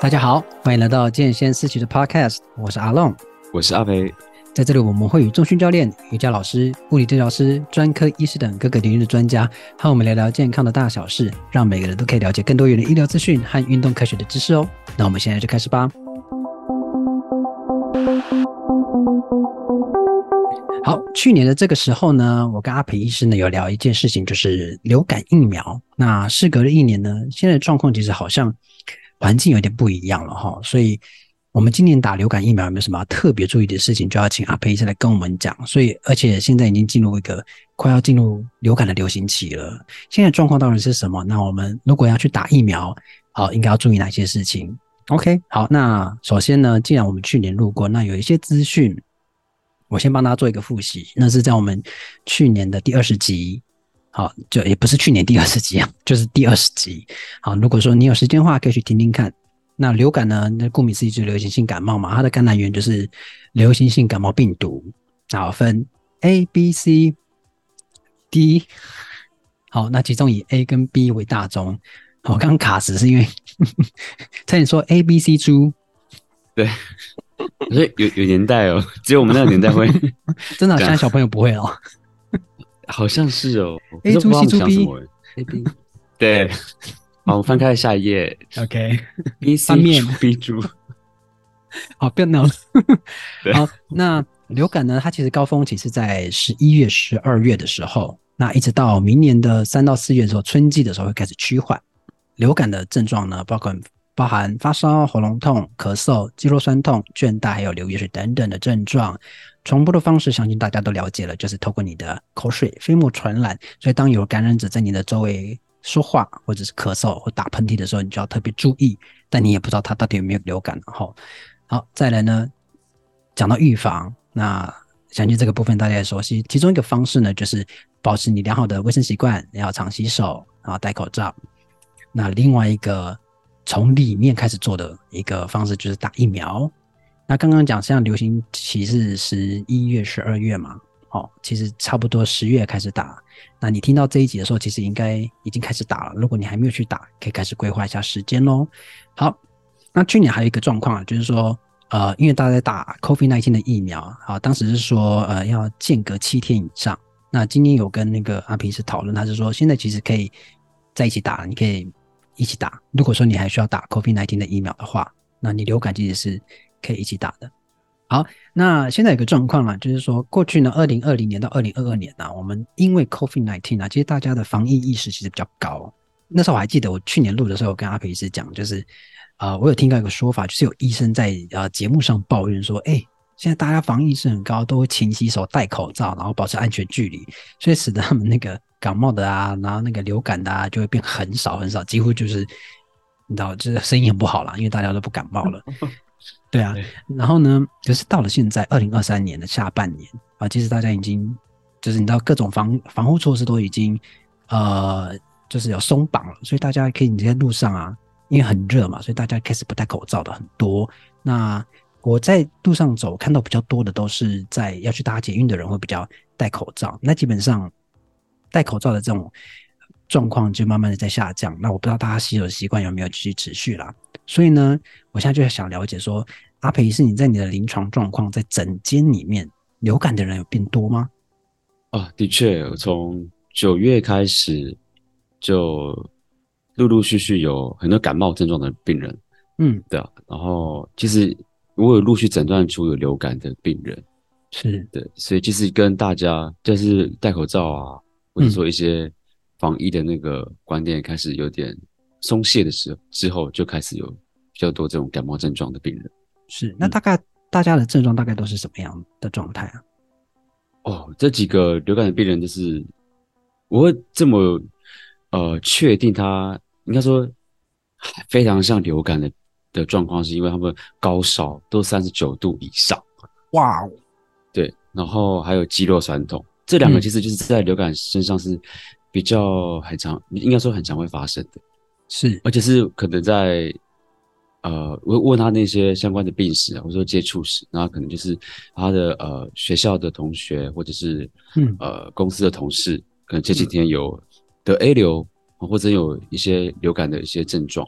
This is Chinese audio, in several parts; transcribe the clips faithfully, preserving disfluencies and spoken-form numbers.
大家好，欢迎来到健先思齐的 Podcast， 我是阿龙， 我是阿培。 在这里我们会与重训教练、瑜伽老师、物理治疗师、专科医师等各个领域的专家和我们聊聊健康的大小事，让每个人都可以了解更多元的医疗资讯和运动科学的知识哦。那我们现在就开始吧。好，去年的这个时候呢，我跟阿培医师呢有聊一件事情，就是流感疫苗。那事隔了一年呢，现在的状况其实好像环境有点不一样了哈，所以我们今年打流感疫苗有没有什么特别注意的事情，就要请阿培医师来跟我们讲。所以，而且现在已经进入一个快要进入流感的流行期了。现在状况到底是什么？那我们如果要去打疫苗，好，应该要注意哪些事情 ？OK， 好，那首先呢，既然我们去年录过，那有一些资讯，我先帮大家做一个复习。那是在我们去年的第二十集。好，就也不是去年第二十集啊，就是第二十集。好，如果说你有时间的话，可以去听听看。那流感呢，那顾名思义就是流行性感冒嘛，它的感染源就是流行性感冒病毒。好，分 A、B、C、D。好，那其中以 A 跟 B 为大宗。好，我刚刚卡死是因为差点说 A、B、C 猪。 对，所以有有年代哦，只有我们那个年代会。 真的、啊，现在小朋友不会哦。 好像是哦 ，A 猪 C 猪 B，A B， 对，好，我翻开下一页 ，OK，B C 猪 B 猪， 好，不要闹了。好，那流感呢？它其实高峰期是在十一月、十二月的时候，那一直到明年的三到四月的时候，春季的时候会开始趋缓。流感的症状呢，包括包含发烧、喉咙痛、咳嗽、肌肉酸痛、倦怠，还有流鼻水等等的症状。传播的方式相信大家都了解了，就是透过你的口水飞沫传染。所以当有感染者在你的周围说话或者是咳嗽或打喷嚏的时候，你就要特别注意，但你也不知道他到底有没有流感。好，好，再来呢，讲到预防，那相信这个部分大家也熟悉，其中一个方式呢，就是保持你良好的卫生习惯，你要常洗手，然后戴口罩。那另外一个从里面开始做的一个方式就是打疫苗。那刚刚讲像流行期是十一月、十二月嘛，哦，其实差不多十月开始打。那你听到这一集的时候，其实应该已经开始打了。如果你还没有去打，可以开始规划一下时间咯。好，那去年还有一个状况，就是说，呃，因为大家在打 COVID 十九 的疫苗，啊，当时是说，呃，要间隔七天以上。那今天有跟那个阿皮师讨论，他是说现在其实可以在一起打，你可以一起打。如果说你还需要打 COVID 十九 的疫苗的话，那你流感其实是可以一起打的。好，那现在有个状况啊，就是说过去呢二零二零年到二零二二年啊，我们因为 COVID 十九 啊，其实大家的防疫意识其实比较高。那时候我还记得我去年录的时候，我跟阿培医师讲，就是呃，我有听到一个说法，就是有医生在呃节目上抱怨说，哎，现在大家防疫意识很高，都会勤洗手、戴口罩，然后保持安全距离，所以使得他们那个感冒的啊，然后那个流感的啊，就会变很少很少，几乎就是你知道，就是生意很不好啦，因为大家都不感冒了。对啊，然后呢，可是到了现在二零二三年的下半年啊，其实大家已经就是你知道各种防防护措施都已经呃就是有松绑了，所以大家可以你在路上啊，因为很热嘛，所以大家开始不戴口罩的很多。那我在路上走看到比较多的都是在要去搭捷运的人会比较戴口罩，那基本上戴口罩的这种状况就慢慢的在下降。那我不知道大家洗手的习惯有没有继续持续啦。所以呢，我现在就想了解说，阿培医师，你在你的临床状况，在诊间里面流感的人有变多吗？ 哦，的确，从九月开始就陆陆续续有很多感冒症状的病人， 嗯， 对啊，然后其实我有陆续诊断出有流感的病人， 是， 对，所以其实跟大家就是戴口罩啊，或者说一些防疫的那个观念开始有点松懈的时候之后，就开始有比较多这种感冒症状的病人。 是，那大概、嗯、大家的症状大概都是什么样的状态啊？ 哦，这几个流感的病人就是，我会这么呃确定他应该说非常像流感的的状况，是因为他们高烧都三十九度以上。 哇哦！ 对，然后还有肌肉酸痛，这两个其实就是在流感身上是比较很常，应该说很常会发生的。 是， 而且是可能在呃，我问他那些相关的病史啊，或者说接触史，然后可能就是他的呃学校的同学，或者是嗯呃公司的同事，可能这几天有得 A 流，或者有一些流感的一些症状，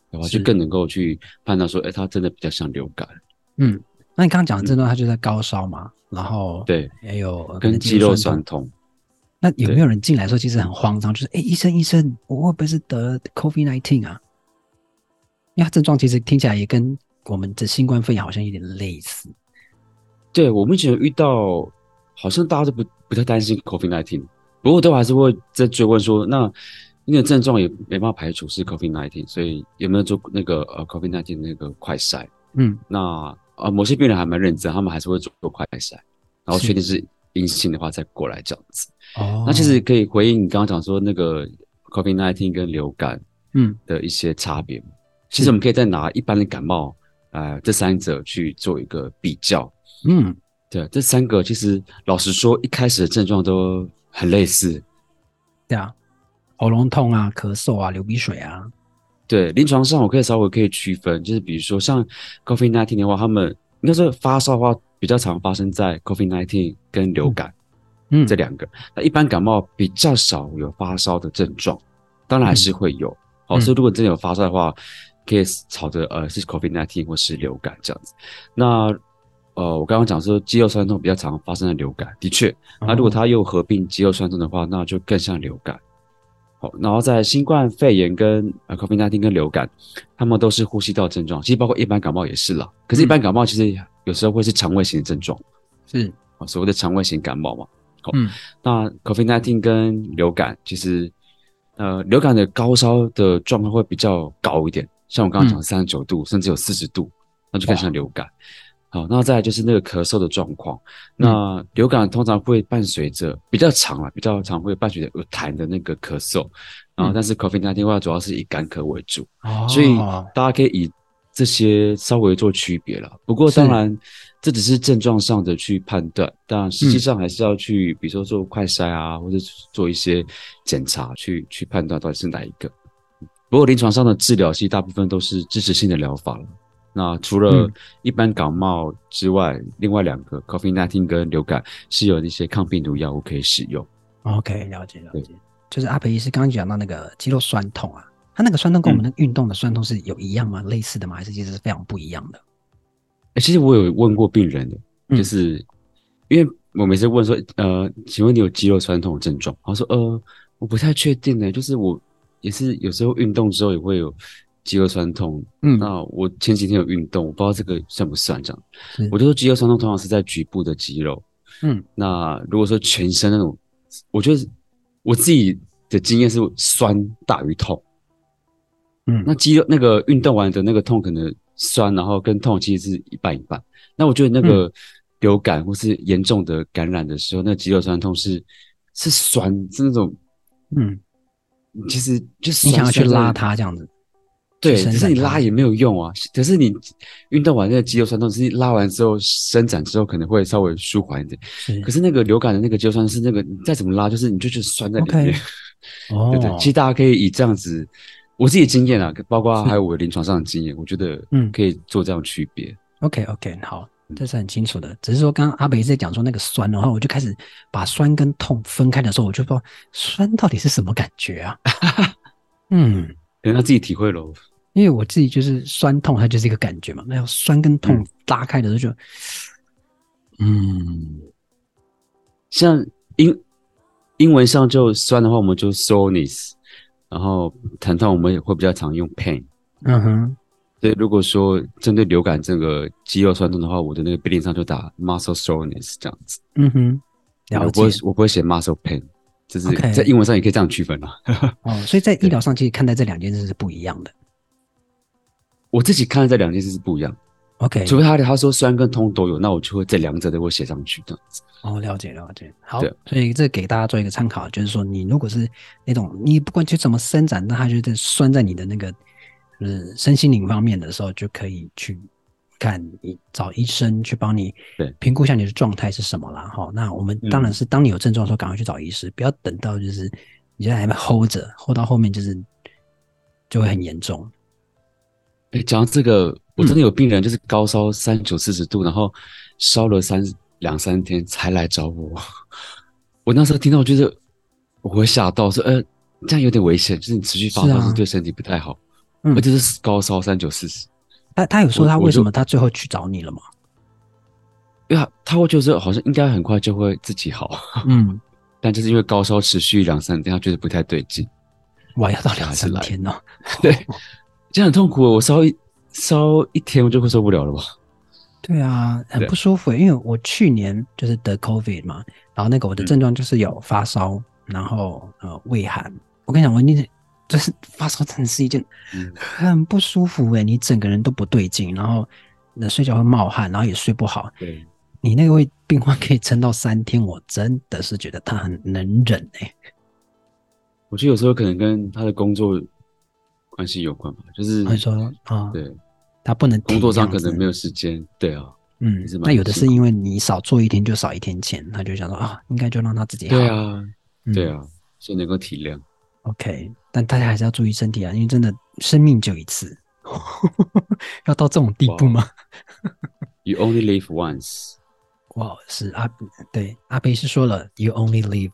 的话，就更能够去判断说，哎，它真的比较像流感。 嗯，那你刚刚讲的症状，它就在高烧嘛，然后对， 也有跟肌肉酸痛。 那有没有人进来的时候其实很慌张，就是哎，医生医生，我会不会是得 COVID 十九 啊？因为它症状其实听起来也跟我们的新冠肺炎好像有点类似。 对，我目前遇到，好像大家都不不太担心 COVID 十九，不过都还是会在追问说，那那个症状也没办法排除是 COVID 十九，所以有没有做那个呃 COVID 十九那个快筛？ 嗯， 那呃某些病人还蛮认真，他们还是会做快筛，然后确定是阴性的话再过来这样子。 哦， 那其实可以回应你刚刚讲说那个 COVID 十九跟流感嗯的一些差别。嗯、其实我们可以再拿一般的感冒，呃，这三者去做一个比较。 嗯， 对，这三个其实老实说，一开始的症状都很类似。 对啊，喉咙痛啊，咳嗽啊，流鼻水啊。 对，临床上我可以稍微可以区分，就是比如说像 COVID 十九 的话，他们应该说发烧的话比较常发生在 COVID 十九 跟流感，嗯，这两个。那一般感冒比较少有发烧的症状，当然还是会有。好、嗯哦，所以如果真的有发烧的话，可以朝着呃是 COVID 十九 或是流感这样子。那呃，我刚刚讲说肌肉酸痛比较常发生在流感，的确，那如果它又合并肌肉酸痛的话，那就更像流感。好，然后在新冠肺炎跟呃 COVID 十九 跟流感，他们都是呼吸道症状，其实包括一般感冒也是啦。可是，一般感冒其实有时候会是肠胃型的症状， 是啊，所谓的肠胃型感冒嘛。好，嗯，那 COVID 十九 跟流感，其实呃流感的高烧的状况会比较高一点，像我刚刚讲三十九度，甚至有四十度，那就更像流感。好，那再来就是那个咳嗽的状况。那流感通常会伴随着比较长啦，比较常会伴随着有痰的那个咳嗽。然后，但是 COVID 十九 的话，主要是以干咳为主，哦、所以大家可以以这些稍微做区别啦。不过，当然这只是症状上的去判断，但实际上还是要去，比如说做快筛啊，或者做一些检查，去去判断到底是哪一个。不过，临床上的治疗其实大部分都是支持性的疗法了。那除了一般感冒之外，嗯、另外两个 COVID 十九 跟流感是有一些抗病毒药物可以使用。 OK， 了解了解。就是阿培医师刚刚讲到那个肌肉酸痛啊，他那个酸痛跟我们的运动的酸痛是有一样吗？嗯、类似的吗？还是其实是非常不一样的？ 欸、其实我有问过病人的，就是、嗯、因为我每次问说，呃，请问你有肌肉酸痛的症状？他说，呃，我不太确定呢，就是我也是有时候运动之后也会有肌肉酸痛，嗯，那我前几天有运动，我不知道这个算不算这样。我就说肌肉酸痛通常是在局部的肌肉，嗯，那如果说全身那种，我觉得我自己的经验是酸大于痛，嗯，那肌肉那个运动完的那个痛可能酸，然后跟痛其实是一半一半。那我觉得那个流感或是严重的感染的时候，那肌肉酸痛是是酸，是那种，嗯，其实就是你想要去拉它这样子。 对，可是你拉也没有用啊。可是你运动完那个肌肉酸痛，是拉完之后伸展之后可能会稍微舒缓一点。是，可是那个流感的那个肌肉酸是那个你再怎么拉，就是你就觉得酸在里面。哦，对对，其实大家可以以这样子，我自己的经验啊，包括还有我临床上的经验，我觉得嗯可以做这样区别。 OK OK， 好，这是很清楚的。只是说刚刚阿北在讲说那个酸，然后我就开始把酸跟痛分开的时候，我就不知道酸到底是什么感觉啊？ 嗯，等他自己体会咯。 因为我自己就是酸痛，它就是一个感觉嘛。那要酸跟痛拉开的时候就， 嗯，像英英文上就酸的话，我们就 soreness， 然后疼痛我们也会比较常用 pain。嗯哼，所以如果说针对流感这个肌肉酸痛的话，我的那个病历上就打 muscle soreness 这样子。嗯哼，了解。我不会我不会写 muscle pain， 就是在英文上也可以这样区分啦。 哦，所以在医疗上其实看待这两件事是不一样的。 我自己看的这两件事是不一样 ，OK， 除非他他说酸跟痛都有，那我就会这两者都会写上去这样子。 哦，了解了解，好，所以这给大家做一个参考，就是说你如果是那种你不管去怎么伸展，那它就在酸在你的那个就是身心灵方面的时候，就可以去看你找医生去帮你评估一下你的状态是什么啦。哈，那我们当然是当你有症状的时候，赶快去找医师，不要等到就是你在还没 hold 着 hold 到后面就是就会很严重。 哎，讲到这个，我真的有病人就是高烧三十九、四十度，然后烧了三两三天才来找我。我那时候听到，我觉得我会吓到，说，呃，这样有点危险，就是你持续发烧是对身体不太好。 而且是高烧三九四十。 他他有说他为什么他最后去找你了吗？ 因为他他会觉得好像应该很快就会自己好， 嗯， 但就是因为高烧持续两三天，他觉得不太对劲。 哇，要到两三天哦。 对，这样很痛苦。我烧一烧一天，我就会受不了了吧？ 对啊，很不舒服。因为我去年就是得 COVID 嘛，然后那个我的症状就是有发烧，嗯、然后呃畏寒。我跟你讲，我那就是发烧真的是一件很不舒服诶、欸，你整个人都不对劲，然后你睡觉会冒汗，然后也睡不好。 对， 你那位病患可以撑到三天，我真的是觉得他很能忍诶、欸。 我觉得有时候可能跟他的工作关系有关吧，就是他说啊， 对， 他不能工作上可能没有时间，对啊， 嗯，那有的是因为你少做一天就少一天钱，他就想说啊，应该就让他自己好。 对啊， 嗯、 对啊，所以能够体谅。 OK，但大家还是要注意身体啊，因为真的生命就一次，要到这种地步吗 ？You only live once。 哇，是阿对阿北是说了，You only live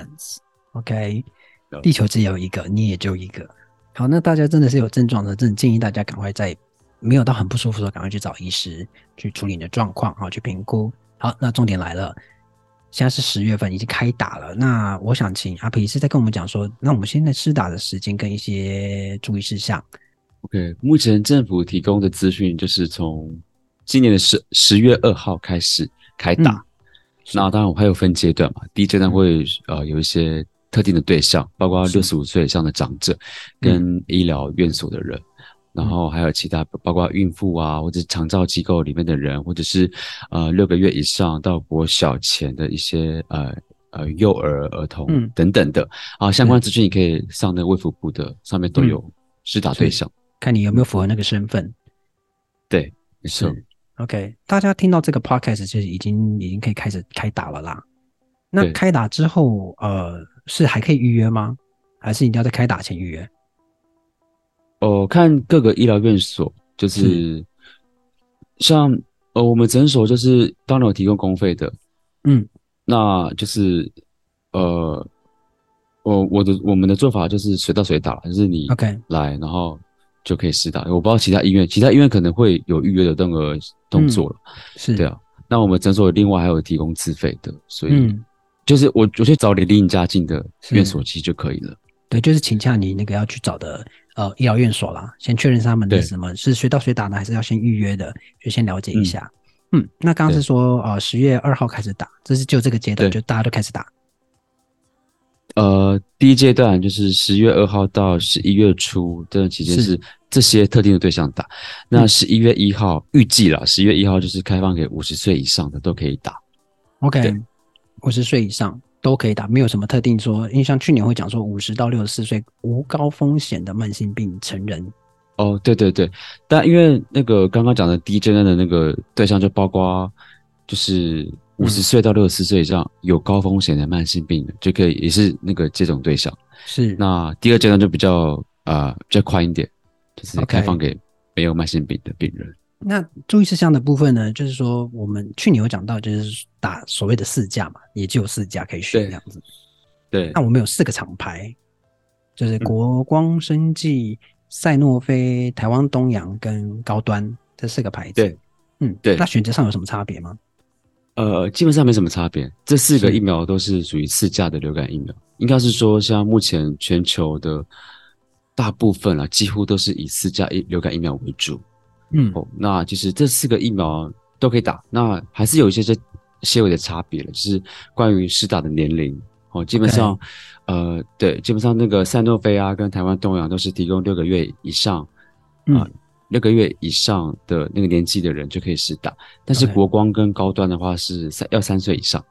once。OK， 地球只有一个，你也就一个。好，那大家真的是有症状的，真的建议大家赶快在没有到很不舒服的时候，赶快去找医师去处理你的状况，好去评估。好，那重点来了。现在是十月份，已经开打了。那我想请阿皮是在跟我们讲说，那我们现在施打的时间跟一些注意事项。 OK， 目前政府提供的资讯就是从今年的十十月二号开始开打。嗯、那当然我还有分阶段嘛，第一阶段会、嗯、呃有一些特定的对象，包括六十五岁以上的长者跟医疗院所的人。嗯然后还有其他，包括孕妇啊，或者是长照机构里面的人，或者是呃六个月以上到国小前的一些呃呃幼儿儿童等等的、嗯、啊，相关资讯你可以上那个卫福部的，上面都有施打对象、嗯， 看你有没有符合那个身份。 对，没错。 OK， 大家听到这个 podcast 其实已经已经可以开始开打了啦。那开打之后，呃，是还可以预约吗？还是一定要在开打前预约？ 哦，看各个医疗院所，就是像呃我们诊所就是当然有提供公费的， 嗯， 那就是呃我我的我们的做法就是随到随打，就是你 OK 来然后就可以施打。我不知道其他医院，其他医院可能会有预约的那个动作了， 嗯、是对啊。那我们诊所另外还有提供自费的，所以、 嗯、 就是我我去找离离你家近的院所其实就可以了。 对，就是请假你那个要去找的呃医疗院所啦，先确认他们的什么是随到随打呢，还是要先预约的，就先了解一下。嗯，嗯那刚刚是说呃十月二号开始打，这是就这个阶段，就大家都开始打。 呃，第一阶段就是十月二号到十一月初这段期间是这些特定的对象打。那十一月一号预计啦，十一月一号就是开放给五十岁以上的都可以打。 OK， 五十岁以上都可以打，没有什么特定说，因为像去年会讲说五十到六十四岁无高风险的慢性病成人。 哦，对对对，但因为那个刚刚讲的第一阶段的那个对象就包括就是五十岁到六十四岁以上有高风险的慢性病的、嗯、就可以也是那个接种对象。 是。 那第二阶段就比较呃比较宽一点，就是开放给没有慢性病的病人。Okay. 那注意事项的部分呢，就是说我们去年有讲到，就是打所谓的四价嘛，也就有四价可以选这样子。 对。 那我们有四个厂牌，就是国光生技、嗯、赛诺菲、台湾东洋跟高端这四个牌子。 对。 嗯， 对。 那选择上有什么差别吗？ 呃，基本上没什么差别。这四个疫苗都是属于四价的流感疫苗，应该是说像目前全球的大部分啦，几乎都是以四价流感疫苗为主。嗯，哦，那其实这四个疫苗都可以打，那还是有一些些些微的差别了，就是关于施打的年龄。哦，基本上， okay. 呃，对，基本上那个赛诺菲啊跟台湾东洋都是提供六个月以上，啊、呃，六、嗯、个月以上的那个年纪的人就可以施打，但是国光跟高端的话是三要三岁以上。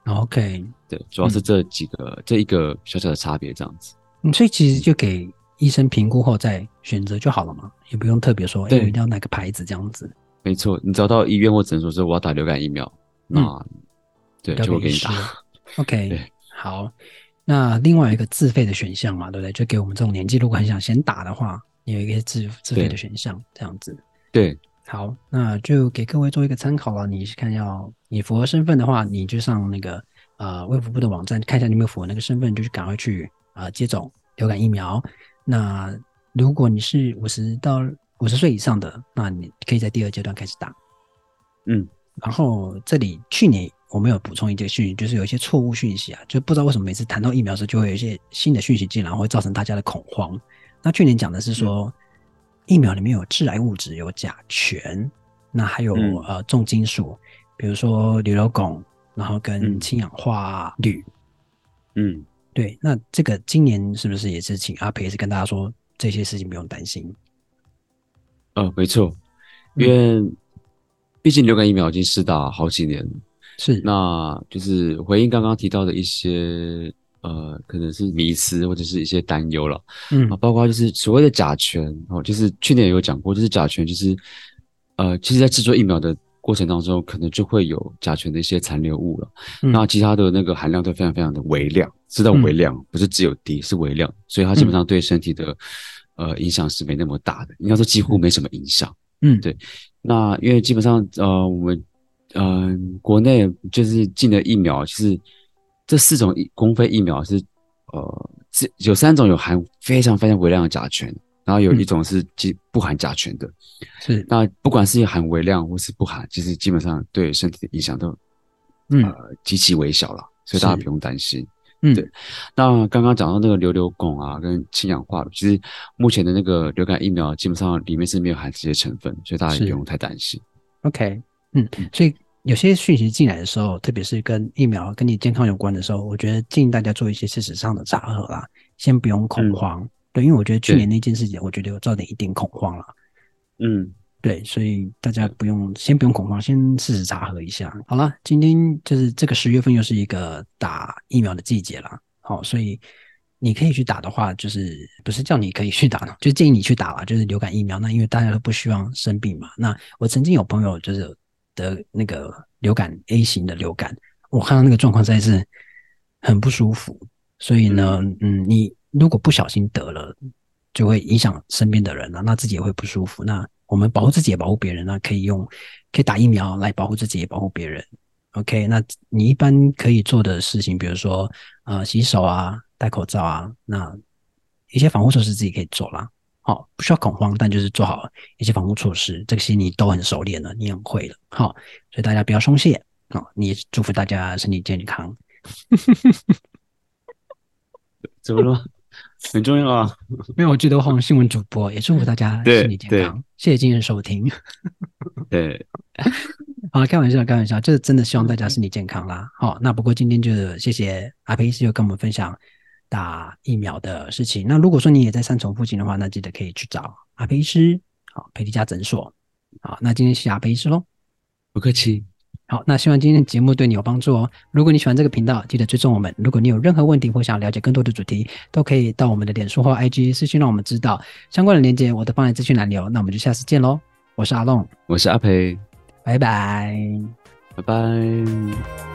OK， 对，主要是这几个、嗯、这一个小小的差别这样子。 嗯，所以其实就给医生评估后再选择就好了嘛，也不用特别说，哎、欸，我一定要哪个牌子这样子。 没错，你只要到医院或诊所说我要打流感疫苗，那、嗯、对就会给你打。 OK， 好。那另外一个自费的选项嘛，对不对？就给我们这种年纪，如果很想先打的话，有一个自自费的选项，这样子。 对， 好，那就给各位做一个参考了。你看要你符合身份的话，你就上那个呃卫福部的网站看一下你有没有符合那个身份，就去赶快去啊、呃、接种流感疫苗。那如果你是五十到五十岁以上的，那你可以在第二阶段开始打。 嗯， 然后这里去年我们有补充一个讯息，就是有一些错误讯息啊，就不知道为什么每次谈到疫苗的时候，就会有一些新的讯息进来，会造成大家的恐慌。那去年讲的是说，嗯、疫苗里面有致癌物质，有甲醛，那还有、嗯、呃重金属，比如说硫硫汞，然后跟氢氧化铝。 嗯， 对，那这个今年是不是也是请阿培是跟大家说这些事情不用担心？ 呃，没错，因为、嗯。毕竟流感疫苗已经施打好几年了， 是， 那就是回应刚刚提到的一些呃，可能是迷思或者是一些担忧了， 嗯啊，包括就是所谓的甲醛哦，就是去年也有讲过，就是甲醛就是呃，其实在制作疫苗的过程当中，可能就会有甲醛的一些残留物了， 嗯、 那其他的那个含量都非常非常的微量，知道微量、嗯、不是只有低，是微量，所以它基本上对身体的、嗯、呃影响是没那么大的，应该说几乎没什么影响， 嗯， 对。那因为基本上，呃，我们，嗯、呃，国内就是进的疫苗，其实这四种公费疫苗是，呃，有三种有含非常非常微量的甲醛，然后有一种是基不含甲醛的。 是， 那不管是含微量或是不含，其实基本上对身体的影响都， 嗯， 呃，极其微小了，所以大家不用担心。 嗯， 对。那刚刚讲到那个硫硫汞啊，跟氢氧化，其实目前的那个流感疫苗基本上里面是没有含这些成分，所以大家也不用太担心。 OK， 嗯，所以有些讯息进来的时候，特别是跟疫苗、跟你健康有关的时候，我觉得建议大家做一些事实上的查核啦，先不用恐慌。嗯、对，因为我觉得去年那件事情，我觉得有造成一点恐慌了。 嗯。 对，所以大家不用先不用恐慌，先事实查核一下。好了，今天就是这个十月份又是一个打疫苗的季节了，好，所以你可以去打的话，就是不是叫你可以去打，就建议你去打啦，就是流感疫苗。那因为大家都不希望生病嘛。那我曾经有朋友就是得那个流感 A 型的流感，我看到那个状况实在是很不舒服。所以呢，嗯, 嗯，你如果不小心得了，就会影响身边的人了，那自己也会不舒服。那我们保护自己也保护别人，那可以用可以打疫苗来保护自己也保护别人。OK， 那你一般可以做的事情，比如说呃洗手啊、戴口罩啊，那一些防护措施自己可以做啦。好、哦，不需要恐慌，但就是做好一些防护措施，这些你都很熟练了，你很会了。好、哦，所以大家不要松懈。好、哦，你也祝福大家身体健康。 怎么了？很重要啊！ 没有，我觉得我好像新闻主播，也祝福大家身体健康。谢谢今天的收听。 对， 好，开玩笑，开玩笑，就是真的希望大家身体健康啦。好、哦，那不过今天就谢谢阿培医师又跟我们分享打疫苗的事情。那如果说你也在三重附近的话，那记得可以去找阿培医师，好，培力家诊所。好，那今天谢谢阿培医师咯。 不客气。 好，那希望今天的节目对你有帮助哦。如果你喜欢这个频道，记得追踪我们。如果你有任何问题或想了解更多的主题，都可以到我们的脸书或 I G 私讯让我们知道。相关的连结我都放在资讯栏里哦。那我们就下次见咯。我是阿龙， 我是阿培， 拜拜， 拜拜。